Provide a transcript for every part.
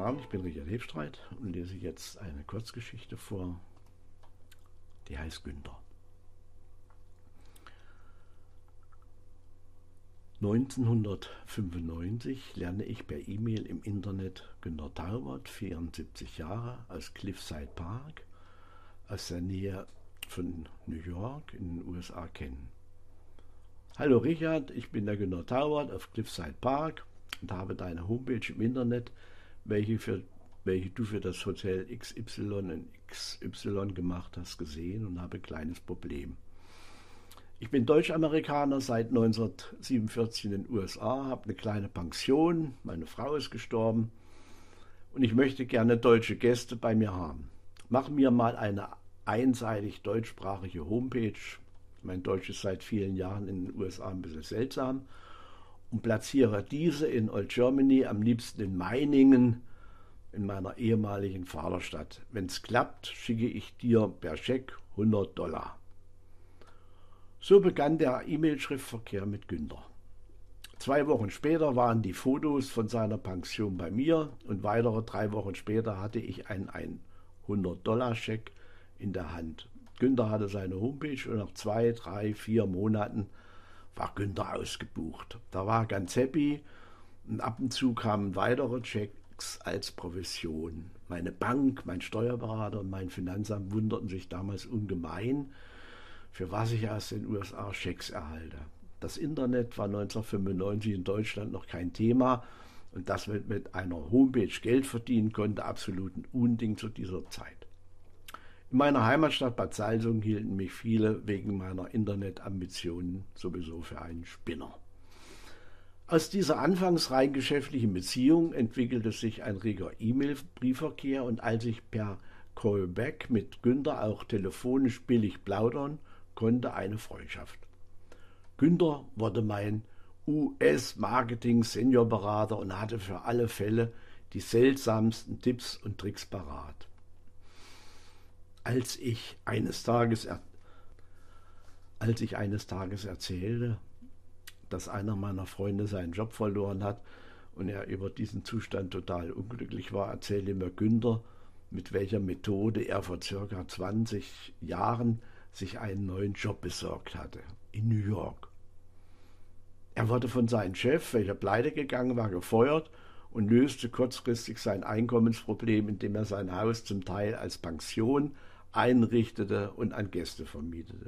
Abend, ich bin Richard Hefstreit und lese jetzt eine Kurzgeschichte vor, die heißt Günther. 1995 lerne ich per E-Mail im Internet Günther Taubert, 74 Jahre, aus Cliffside Park, aus der Nähe von New York in den USA kennen. Hallo Richard, ich bin der Günther Taubert auf Cliffside Park und habe deine Homepage im Internet, welche du für das Hotel XY und XY gemacht hast, gesehen und habe ein kleines Problem. Ich bin Deutsch-Amerikaner, seit 1947 in den USA, habe eine kleine Pension, meine Frau ist gestorben und ich möchte gerne deutsche Gäste bei mir haben. Mach mir mal eine einseitig deutschsprachige Homepage. Mein Deutsch ist seit vielen Jahren in den USA ein bisschen seltsam. Und platziere diese in Old Germany, am liebsten in Meiningen, in meiner ehemaligen Vaterstadt. Wenn es klappt, schicke ich dir per Scheck $100. So begann der E-Mail-Schriftverkehr mit Günther. 2 Wochen später waren die Fotos von seiner Pension bei mir und weitere 3 Wochen später hatte ich einen $100-Scheck in der Hand. Günther hatte seine Homepage und nach 2, 3, 4 Monaten war Günther ausgebucht. Da war er ganz happy und ab und zu kamen weitere Checks als Provision. Meine Bank, mein Steuerberater und mein Finanzamt wunderten sich damals ungemein, für was ich aus den USA Schecks erhalte. Das Internet war 1995 in Deutschland noch kein Thema und dass man mit einer Homepage Geld verdienen konnte, absolut ein Unding zu dieser Zeit. In meiner Heimatstadt Bad Salzung hielten mich viele wegen meiner Internetambitionen sowieso für einen Spinner. Aus dieser anfangs rein geschäftlichen Beziehung entwickelte sich ein reger E-Mail-Briefverkehr und als ich per Callback mit Günther auch telefonisch billig plaudern konnte, eine Freundschaft. Günther wurde mein US-Marketing-Seniorberater und hatte für alle Fälle die seltsamsten Tipps und Tricks parat. Als ich eines Tages erzählte, dass einer meiner Freunde seinen Job verloren hat und er über diesen Zustand total unglücklich war, erzählte mir Günther, mit welcher Methode er vor ca. 20 Jahren sich einen neuen Job besorgt hatte, in New York. Er wurde von seinem Chef, welcher pleite gegangen war, gefeuert und löste kurzfristig sein Einkommensproblem, indem er sein Haus zum Teil als Pension einrichtete und an Gäste vermietete.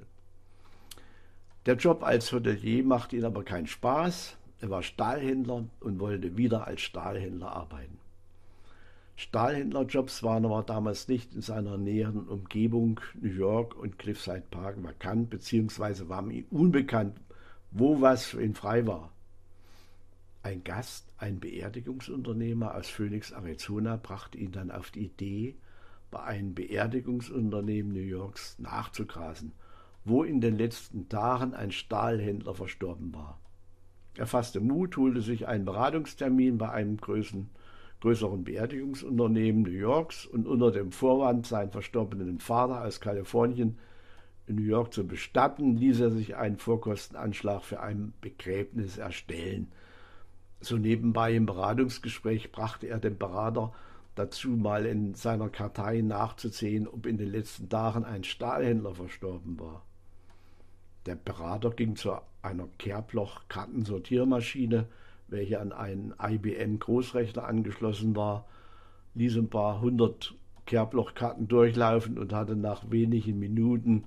Der Job als Hotelier machte ihm aber keinen Spaß. Er war Stahlhändler und wollte wieder als Stahlhändler arbeiten. Stahlhändlerjobs waren aber damals nicht in seiner näheren Umgebung New York und Cliffside Park vakant, beziehungsweise war ihm unbekannt, wo was für ihn frei war. Ein Gast, ein Beerdigungsunternehmer aus Phoenix, Arizona, brachte ihn dann auf die Idee, bei einem Beerdigungsunternehmen New Yorks nachzugrasen, wo in den letzten Tagen ein Stahlhändler verstorben war. Er fasste Mut, holte sich einen Beratungstermin bei einem größeren Beerdigungsunternehmen New Yorks und unter dem Vorwand, seinen verstorbenen Vater aus Kalifornien in New York zu bestatten, ließ er sich einen Vorkostenanschlag für ein Begräbnis erstellen. So nebenbei im Beratungsgespräch brachte er dem Berater dazu, mal in seiner Kartei nachzusehen, ob in den letzten Tagen ein Stahlhändler verstorben war. Der Berater ging zu einer Kerbloch-Kartensortiermaschine, welche an einen IBM-Großrechner angeschlossen war, ließ ein paar 100 Kerblochkarten durchlaufen und hatte nach wenigen Minuten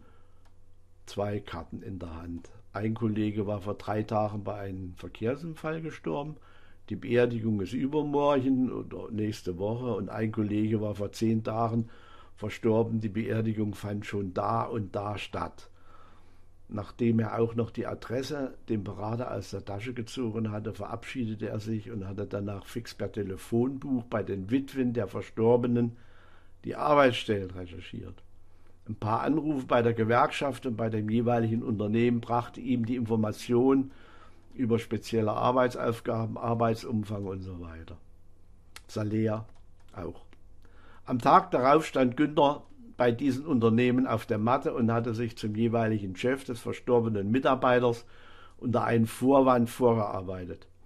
2 Karten in der Hand. Ein Kollege war vor 3 Tagen bei einem Verkehrsunfall gestorben. Die Beerdigung ist übermorgen oder nächste Woche und ein Kollege war vor 10 Tagen verstorben. Die Beerdigung fand schon da und da statt. Nachdem er auch noch die Adresse dem Berater aus der Tasche gezogen hatte, verabschiedete er sich und hatte danach fix per Telefonbuch bei den Witwen der Verstorbenen die Arbeitsstellen recherchiert. Ein paar Anrufe bei der Gewerkschaft und bei dem jeweiligen Unternehmen brachte ihm die Information über spezielle Arbeitsaufgaben, Arbeitsumfang und so weiter. Salär auch. Am Tag darauf stand Günther bei diesen Unternehmen auf der Matte und hatte sich zum jeweiligen Chef des verstorbenen Mitarbeiters unter einem Vorwand vorgearbeitet.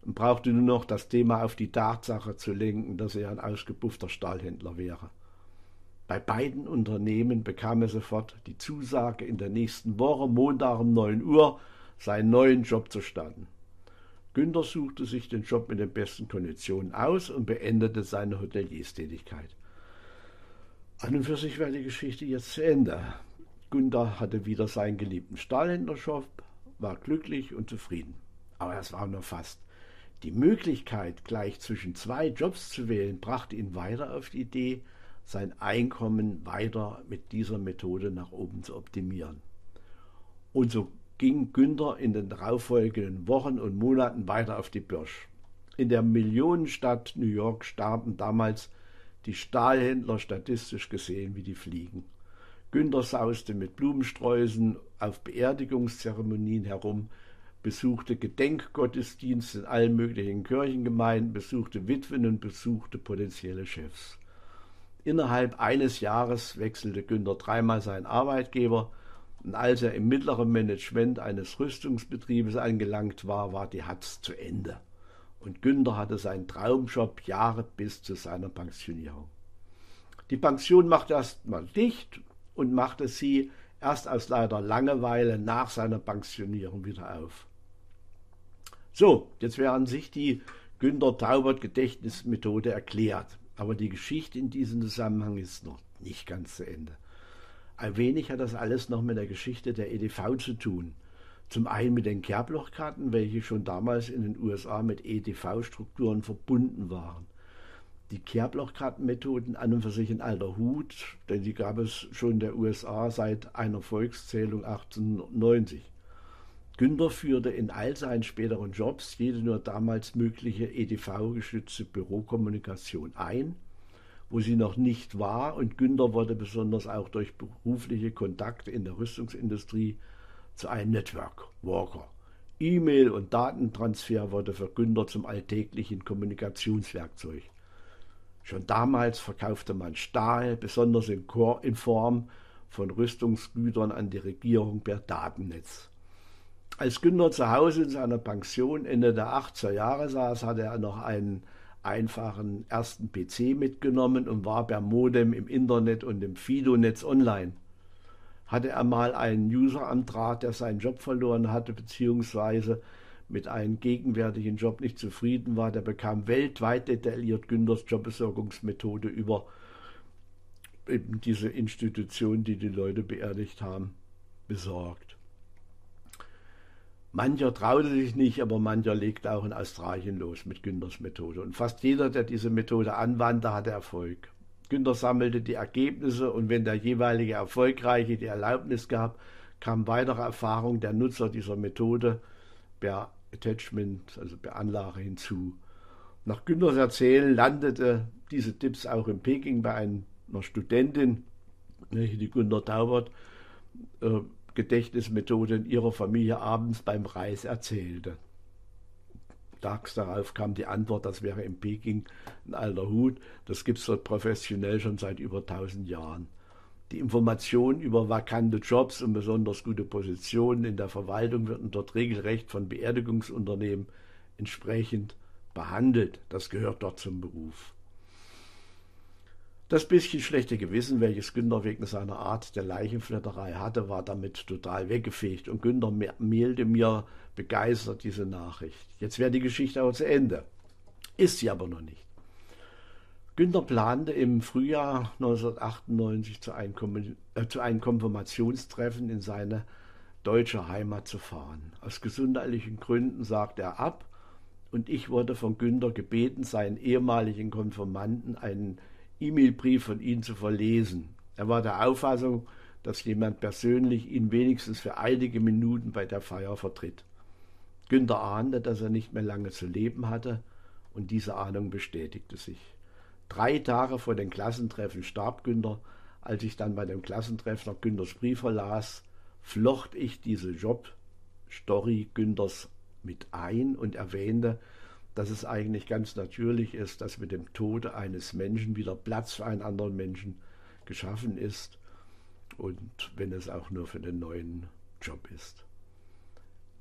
und brauchte nur noch das Thema auf die Tatsache zu lenken, dass er ein ausgepuffter Stahlhändler wäre. Bei beiden Unternehmen bekam er sofort die Zusage, in der nächsten Woche, Montag um 9 Uhr, seinen neuen Job zu starten. Günther suchte sich den Job mit den besten Konditionen aus und beendete seine Hotelierstätigkeit. An und für sich war die Geschichte jetzt zu Ende. Günther hatte wieder seinen geliebten Stahlhändlerjob, war glücklich und zufrieden. Aber es war nur fast. Die Möglichkeit, gleich zwischen zwei Jobs zu wählen, brachte ihn weiter auf die Idee, sein Einkommen weiter mit dieser Methode nach oben zu optimieren. Und so ging Günther in den darauffolgenden Wochen und Monaten weiter auf die Birsch. In der Millionenstadt New York starben damals die Stahlhändler statistisch gesehen wie die Fliegen. Günther sauste mit Blumensträußen auf Beerdigungszeremonien herum, besuchte Gedenkgottesdienste in allen möglichen Kirchengemeinden, besuchte Witwen und besuchte potenzielle Chefs. Innerhalb eines Jahres wechselte Günther dreimal seinen Arbeitgeber, und als er im mittleren Management eines Rüstungsbetriebes angelangt war, war die Hatz zu Ende. Und Günther hatte seinen Traumjob Jahre bis zu seiner Pensionierung. Die Pension machte erst mal dicht und machte sie erst aus leider Langeweile nach seiner Pensionierung wieder auf. So, jetzt wäre an sich die Günther-Taubert-Gedächtnismethode erklärt. Aber die Geschichte in diesem Zusammenhang ist noch nicht ganz zu Ende. Ein wenig hat das alles noch mit der Geschichte der EDV zu tun. Zum einen mit den Kerblochkarten, welche schon damals in den USA mit EDV-Strukturen verbunden waren. Die Kerblochkartenmethoden an und für sich ein alter Hut, denn die gab es schon in der USA seit einer Volkszählung 1890. Günther führte in all seinen späteren Jobs jede nur damals mögliche EDV-gestützte Bürokommunikation ein, wo sie noch nicht war, und Günther wurde besonders auch durch berufliche Kontakte in der Rüstungsindustrie zu einem Network Worker. E-Mail und Datentransfer wurde für Günther zum alltäglichen Kommunikationswerkzeug. Schon damals verkaufte man Stahl, besonders in Form von Rüstungsgütern an die Regierung per Datennetz. Als Günther zu Hause in seiner Pension Ende der 80er Jahre saß, hatte er noch einen einfachen ersten PC mitgenommen und war per Modem im Internet und im Fido-Netz online. Hatte er mal einen User am Draht, der seinen Job verloren hatte, beziehungsweise mit einem gegenwärtigen Job nicht zufrieden war, der bekam weltweit detailliert Günthers Jobbesorgungsmethode über eben diese Institution, die die Leute beerdigt haben, besorgt. Mancher traute sich nicht, aber mancher legte auch in Australien los mit Günthers Methode. Und fast jeder, der diese Methode anwandte, hatte Erfolg. Günther sammelte die Ergebnisse, und wenn der jeweilige Erfolgreiche die Erlaubnis gab, kam weitere Erfahrung der Nutzer dieser Methode per Attachment, also per Anlage hinzu. Nach Günthers Erzählen landete diese Tipps auch in Peking bei einer Studentin, welche die Günther Taubert Gedächtnismethode in ihrer Familie abends beim Reis erzählte. Tags darauf kam die Antwort, das wäre in Peking ein alter Hut. Das gibt es dort professionell schon seit über 1000 Jahren. Die Informationen über vakante Jobs und besonders gute Positionen in der Verwaltung werden dort regelrecht von Beerdigungsunternehmen entsprechend behandelt. Das gehört dort zum Beruf. Das bisschen schlechte Gewissen, welches Günther wegen seiner Art der Leichenflatterei hatte, war damit total weggefegt, und Günther mailte mir begeistert diese Nachricht. Jetzt wäre die Geschichte auch zu Ende. Ist sie aber noch nicht. Günther plante im Frühjahr 1998 zu einem Konfirmationstreffen in seine deutsche Heimat zu fahren. Aus gesundheitlichen Gründen sagte er ab, und ich wurde von Günther gebeten, seinen ehemaligen Konfirmanden einen E-Mail-Brief von ihm zu verlesen. Er war der Auffassung, dass jemand persönlich ihn wenigstens für einige Minuten bei der Feier vertritt. Günther ahnte, dass er nicht mehr lange zu leben hatte, und diese Ahnung bestätigte sich. 3 Tage vor dem Klassentreffen starb Günther. Als ich dann bei dem Klassentreffen noch Günthers Briefe las, flocht ich diese Job-Story Günthers mit ein und erwähnte, dass es eigentlich ganz natürlich ist, dass mit dem Tode eines Menschen wieder Platz für einen anderen Menschen geschaffen ist, und wenn es auch nur für den neuen Job ist.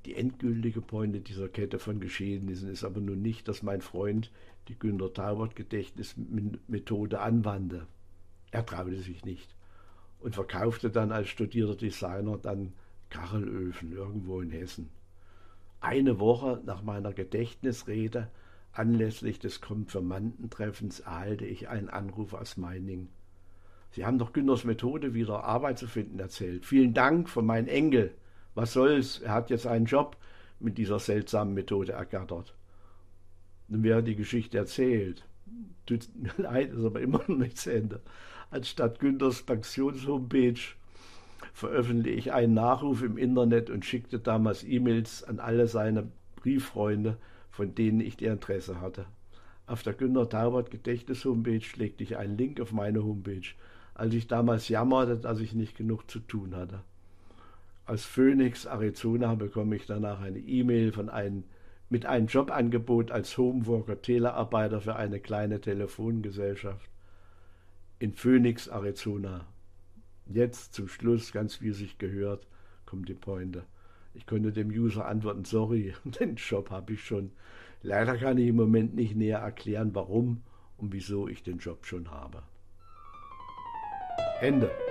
Die endgültige Pointe dieser Kette von Geschehnissen ist aber nun nicht, dass mein Freund die Günter Taubert Gedächtnismethode anwandte. Er traute sich nicht und verkaufte dann als studierter Designer dann Kachelöfen irgendwo in Hessen. Eine Woche nach meiner Gedächtnisrede anlässlich des Konfirmandentreffens erhalte ich einen Anruf aus Meiningen. Sie haben doch Günters Methode, wieder Arbeit zu finden, erzählt. Vielen Dank von meinem Enkel. Was soll's? Er hat jetzt einen Job mit dieser seltsamen Methode ergattert. Nun wäre die Geschichte erzählt. Tut mir leid, ist aber immer noch nicht zu Ende. Anstatt Günthers Pensions-Homepage veröffentlichte ich einen Nachruf im Internet und schickte damals E-Mails an alle seine Brieffreunde, von denen ich ihr Interesse hatte. Auf der Günter Taubert Gedächtnis-Homepage legte ich einen Link auf meine Homepage, als ich damals jammerte, dass ich nicht genug zu tun hatte. Aus Phoenix, Arizona, bekomme ich danach eine E-Mail mit einem Jobangebot als Homeworker Telearbeiter für eine kleine Telefongesellschaft in Phoenix, Arizona. Jetzt zum Schluss, ganz wie es sich gehört, kommt die Pointe. Ich konnte dem User antworten, sorry, den Job habe ich schon. Leider kann ich im Moment nicht näher erklären, warum und wieso ich den Job schon habe. Ende.